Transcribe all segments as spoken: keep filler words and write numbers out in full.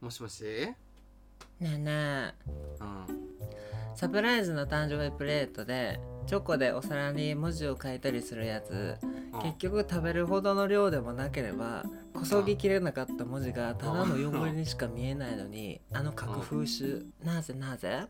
もしもし。 ねえねえ、 うん。 サプライズの誕生日プレートでチョコでお皿に文字を書いたりするやつ、 うん、 結局食べるほどの量でもなければこそぎきれなかった文字がただの汚れにしか見えないのに、あの書く風習、なぜなぜ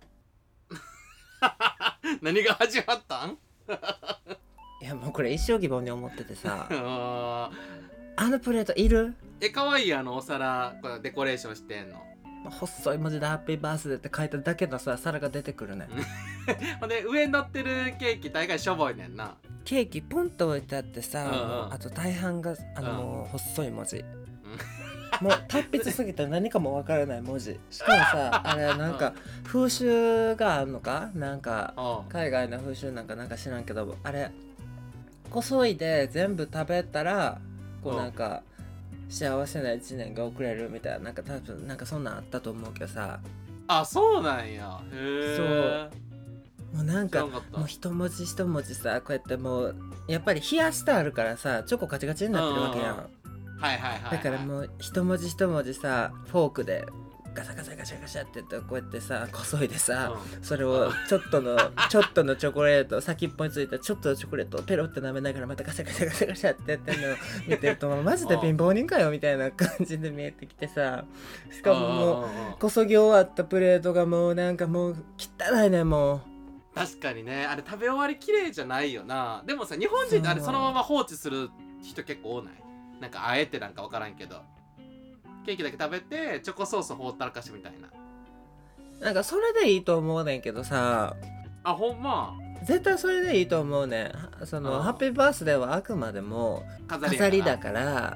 何が始まったん？ いやもうこれ一生疑問に思っててさああのプレートいる？ え、かわいいあのお皿これデコレーションしてんの。 細い文字でハッピーバースデーって書いただけのさ皿が出てくるねほんで上に乗ってるケーキ大概しょぼいねんな。 ケーキポンと置いてあってさ、 うんうんもうあと大半があの、 うん、 細い文字もう達筆すぎて何かもわからない文字。しかもさあれなんか風習があるのかなんか海外の風習なんかなんか知らんけど、あれこそいで全部食べたらこうなんか幸せないちねんが送れるみたいな、なんか多分なんかそんなんあったと思うけどさ。 あ、そうなんや。へえ。 そうもうなんかかもう一文字一文字さこうやってもうやっぱり冷やしてあるからさチョコカチカチになってるわけやん、うんうんうん、 はいはいはい、はい、 だからもう一文字一文字さフォークでガサガサガシャガシャってやってこうやってさこそいでさ、うん、それをちょっとのちょっとのチョコレート先っぽについたちょっとのチョコレートをペロって舐めながらまたガサガサガサガシャってやってるのを見てるとマジで貧乏人かよみたいな感じで見えてきてさ、しかももうこそぎ終わったプレートがもうなんかもう汚いね。もう確かにね、あれ食べ終わり綺麗じゃないよな。でもさ日本人ってあれそのまま放置する人結構多ない？なんかあえてなんか分からんけどケーキだけ食べてチョコソースほったらかしみたいな。 なんかそれでいいと思うねんけどさ。 あ、ほんま絶対それでいいと思うねん。そのハッピーバースデーはあくまでも飾りだから、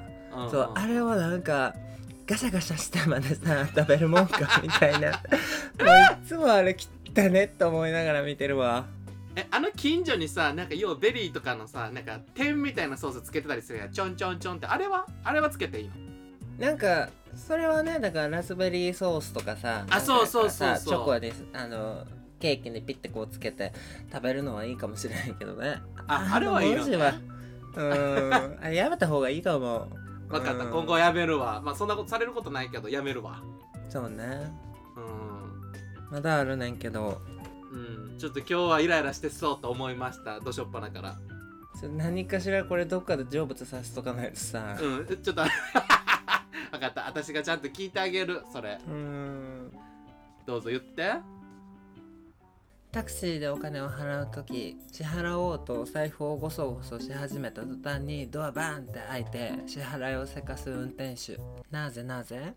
うんうん、そうあれをなんかガシャガシャしてまでさ食べるもんかみたいなもういつもあれ汚ねって思いながら見てるわ。 え、あの近所にさなんか要はベリーとかのさなんか点みたいなソースつけてたりするやん。ちょんちょんちょんってあれはあれはつけていいの？ なんかそれはねだからラズベリーソースとかさ、 あ、そうそうそうそう、 チョコであのケーキにピッてこうつけて食べるのはいいかもしれないけどね。 あ、あれはいいのね。 はうんあれやめた方がいいと思う。 分かった、今後やめるわ。まあそんなことされることないけどやめるわ。 そうね。 うんまだあるねんけど、 うん、ちょっと今日はイライラしてそうと思いました。どしょっぱなから。 何かしらこれどっかで成仏させとかないとさ。 うんちょっと分かった、私がちゃんと聞いてあげる。それうーんどうぞ言って。 タクシーでお金を払うとき支払おうと財布をゴソゴソし始めた途端にドアバーンって開いて支払いをせかす運転手。なぜなぜ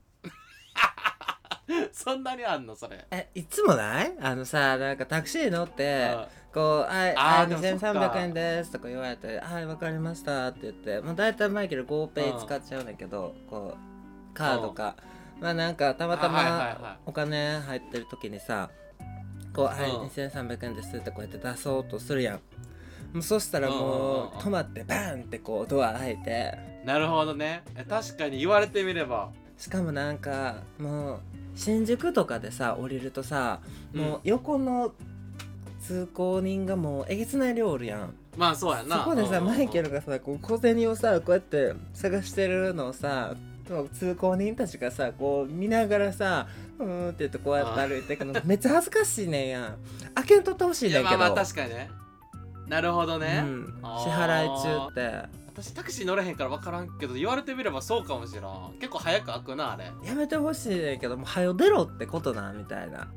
そんなにあんのそれ？ え、いつもないあのさ、なんかタクシー乗ってこう、はい、はい、にせんさんびゃくえんですとか言われて、はい、わかりましたって言って、まあ、大体マイケル ゴーペイ使っちゃうんだけど、こうカードか、まあなんかたまたまお金入ってる時にさこう、はい、にせんさんびゃくえんですってこうやって出そうとするやん。もうそしたらもう止まってバーンってこうドア開いて。 なるほどね。確かに言われてみれば。 しかもなんかもう新宿とかでさ降りるとさ、うん、もう横の通行人がもうえげつない量おるやん。 まあそうやな。 そこでさ、うんうんうん、マイケルがさこう小銭をさこうやって探してるのをさ通行人たちがさこう見ながらさうーんって言ってこうやって歩いてくのめっちゃ恥ずかしいねんやん。開けんとってほしいねんけど。 いやまあまあ確かにね。なるほどね、うん、 支払い中って私タクシー乗れへんから分からんけど言われてみればそうかもしれん。結構早く開くなあれ。 やめてほしいねんけどもう早出ろってことなみたいな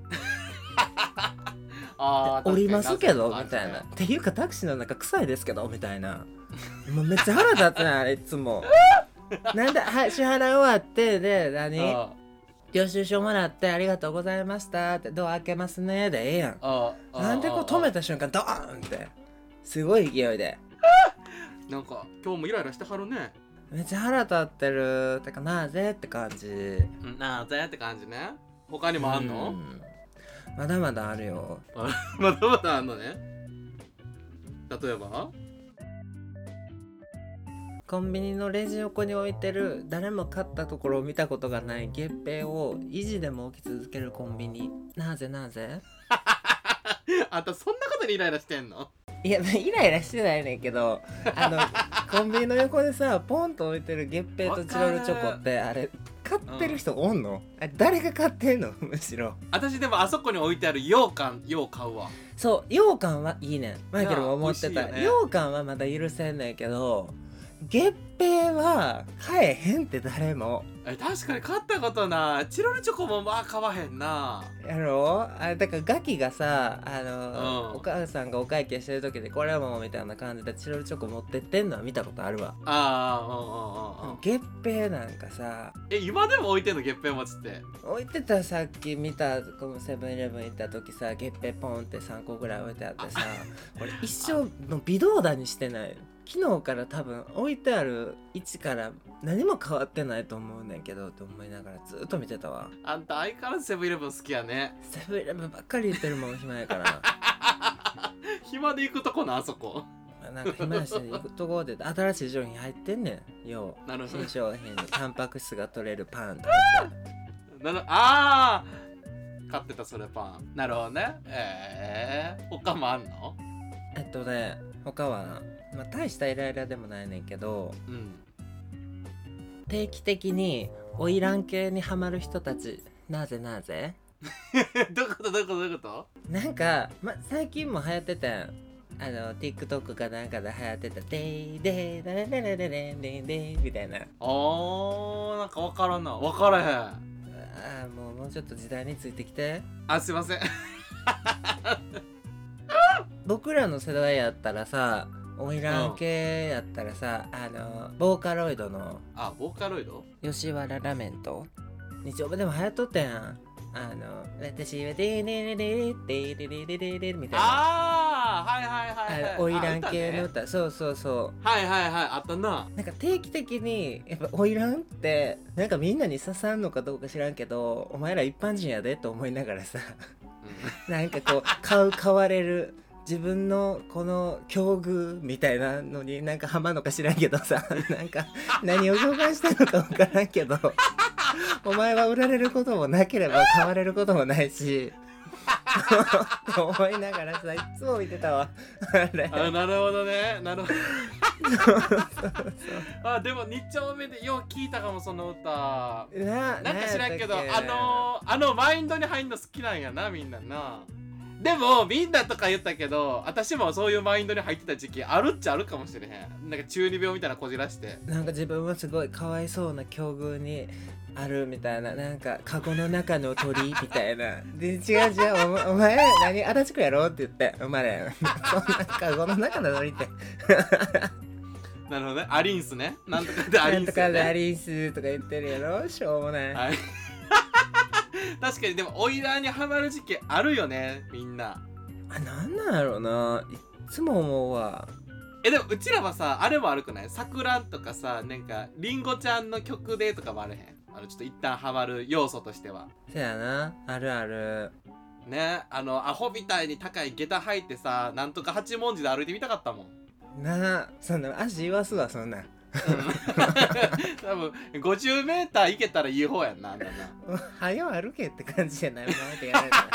あ降りますけどみたいなっていうかタクシーの中臭いですけどみたいなもうめっちゃ腹立つねあれいつもなんで、はい、支払い終わってで何領収書もらってありがとうございましたってドア開けますねでええやん。なんでこう止めた瞬間ドーンってすごい勢いでなんか今日もイライラしてはるね。 めっちゃ腹立ってるてかなぜって感じ。 なぜって感じね。他にもあんの？んまだまだあるよまだまだあんのね。例えばコンビニのレジ横に置いてる誰も買ったところを見たことがない月餅を維持でも置き続けるコンビニ。なぜなぜあんたそんなことにイライラしてんの？ いやイライラしてないねんけどあのコンビニの横でさポンと置いてる月餅とチロルチョコってあれ買ってる人おんの、うん、あ誰が買ってんのむしろ。 私でもあそこに置いてある羊羹よう買うわ。 そう羊羹はいいねん。マイケルも思ってた、 ね、 羊羹はまだ許せんねんけど月餅は買えへんって誰も。 え確かに買ったことない。チロルチョコもまあ買わへんな。 やろあれだからガキがさあの、 うん、 お母さんがお会計してる時でこれはもうみたいな感じでチロルチョコ持ってってんのは見たことあるわ。 ああうんうんうんうん。 月餅なんかさえ今でも置いてんの月餅餅って。 置いてた。さっき見たこのセブンイレブン行った時さ月餅ポンってさんこぐらい置いてあってさこれ一生の微動だにしてない。昨日から多分置いてある位置から何も変わってないと思うねんけどと思いながらずっと見てたわ。 あんた相変わらずセブンイレブン好きやね。 セブンイレブンばっかり言ってるもん暇やから暇で行くとこなあそこ。 なんか暇やし行くとこで新しい商品入ってんねんよ。 なるほど。 新商品でタンパク質が取れるパンとかなるああ買ってたそれパン。なるほどね。ええー、他もあんの？ えっとね他はなまあ、大したイライラでもないねんけど、 うん、 定期的に花魁系にハマる人たちなぜなぜどういうことどういうことどういうこと？ なんか、ま、最近も流行ってたんあの TikTok かなんかで流行ってたデイデイデイデイデイデイデイデイみたいな。 あーなんか分からんな分からへん。ああもうもうちょっと時代についてきて。 あすいません僕らの世代やったらさ花魁系やったらさ、うん、あのボーカロイドのあボーカロイド吉原ラメント日曜日でも流行っとったやん。あの私はデーデーデーデーデーデーデーデーデーみたいな。 ああはいはいはいはい。 花魁系の歌、ね、そうそうそう。 はいはいはいあったな。 なんか定期的にやっぱ花魁ってなんかみんなに刺さんのかどうか知らんけどお前ら一般人やでと思いながらさ、うん、なんかこう買う買われる自分のこの境遇みたいなのになんかハマんのか知らんけどさなんか何を共感してんのか分からんけどお前は売られることもなければ買われることもないしと思いながらさいつも見てたわあれ。 あなるほどねなるほどあでもに丁目でよう聞いたかもその歌な。なんか知らんけどあのあのマインドに入んの好きなんやなみんなな。でもみんなとか言ったけど私もそういうマインドに入ってた時期あるっちゃあるかもしれへん。なんか中二病みたいなこじらしてなんか自分はすごいかわいそうな境遇にあるみたいな。なんかカゴの中の鳥みたいなで違う違う お, お前何足立区やろって言って生まれそんなカゴの中の鳥ってなるほどねアリンスねなんとかでアリンス、ね、 なんとかでアリンスとか言ってるやろしょうもない、はい確かにでもオイラーにハマる時期あるよねみんな。 あなんなんやろうないっつも思うわ。 えでもうちらはさあれも悪くない？さくらんとかさなんかりんごちゃんの曲でとかもあるへん？あのちょっと一旦ハマる要素としては。 せやなあるあるね。あのアホみたいに高い下駄履いてさなんとか八文字で歩いてみたかったもんなあ。そんな足言わすわそんなん多分ごじゅうメーター行けたらいい方やんなあんななはよ歩けって感じじゃない。ままでやられた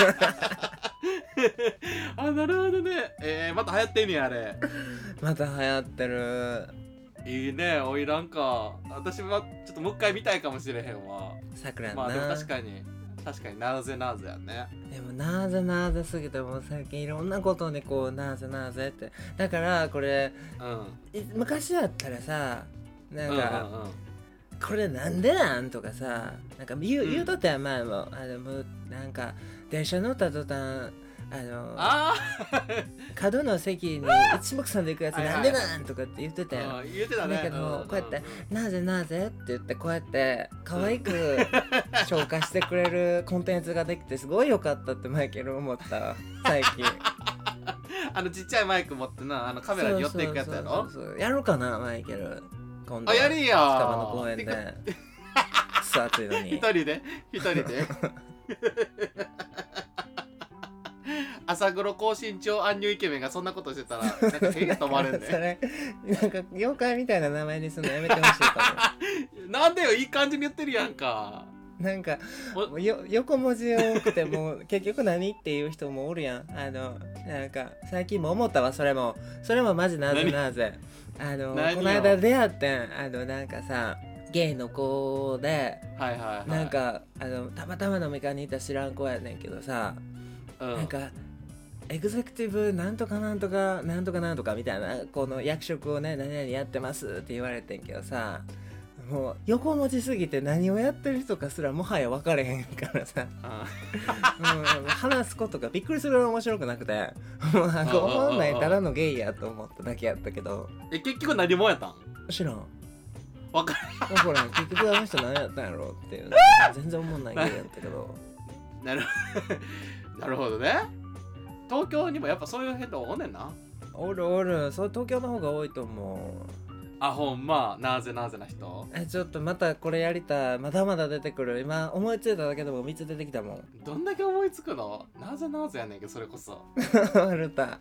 あなるほどね。えー、また流行ってんねやあれまた流行ってる。 いいねおいらんか。私はちょっともう一回見たいかもしれへんわ。 さくらんな。 まあでも確かに確かになぜなぜやね。 でもなぜなぜすぎてもう最近いろんなことにこうなぜなぜってだからこれ、うん、昔だったらさなんか、うんうんうん、これなんでなんとかさなんか言う、うん、言うとったやん前もあのもうなんか電車乗った途端あのあ角の席に一目散で行くやつなんでなんとかって言ってたよ。 言ってたね。 だけどこうやってなぜなぜって言ってこうやって可愛く消化してくれるコンテンツができてすごい良かったってマイケル思った最近あのちっちゃいマイク持ってなあのカメラに寄っていくやつやろ。 そうそうそうそうやろうかなマイケル今度。 あやりや近場の公園でくそ暑いのに一人で一人で朝黒高身長アンニュイケメンがそんなことしてたらなんか変やと思われんねそれなんか妖怪みたいな名前にするのやめてほしいかもなんでよいい感じに言ってるやんか。 なんかよ横文字多くても結局何っていう人もおるやん。あのなんか最近も思ったわ。それもそれもマジなぜなぜあのこの間出会ってんあのなんかさゲイの子で、 はいはいはい、 なんかあのたまたま飲み会にいた知らん子やねんけどさ、 うん、 なんかエグゼクティブなんとかなんとかなんとかなんとかみたいなこの役職をね何々やってますって言われてんけどさ、もう横文字すぎて何をやってる人かすらもはや分かれへんからさ、うん、話すことがびっくりするぐらい面白くなくて、もうなんか思わないただのゲイやと思っただけやったけど。 え結局何もやったん？ 知らん分か分からん結局あの人何やったんやろっていう全然思わないゲイやったけどなるなるほどね。東京にもやっぱそういう人おんねんな。 おるおる、そう東京の方が多いと思う。 あほんまなぜなぜな人。 えちょっとまたこれやりたい。まだまだ出てくる。今思いついただけでもみっつ出てきたもん。 どんだけ思いつくの？なぜなぜやねんけどそれこそワルタ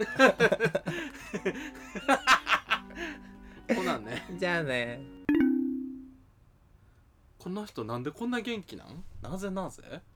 こんなんね。 じゃあね。 この人なんでこんな元気なん？なぜなぜ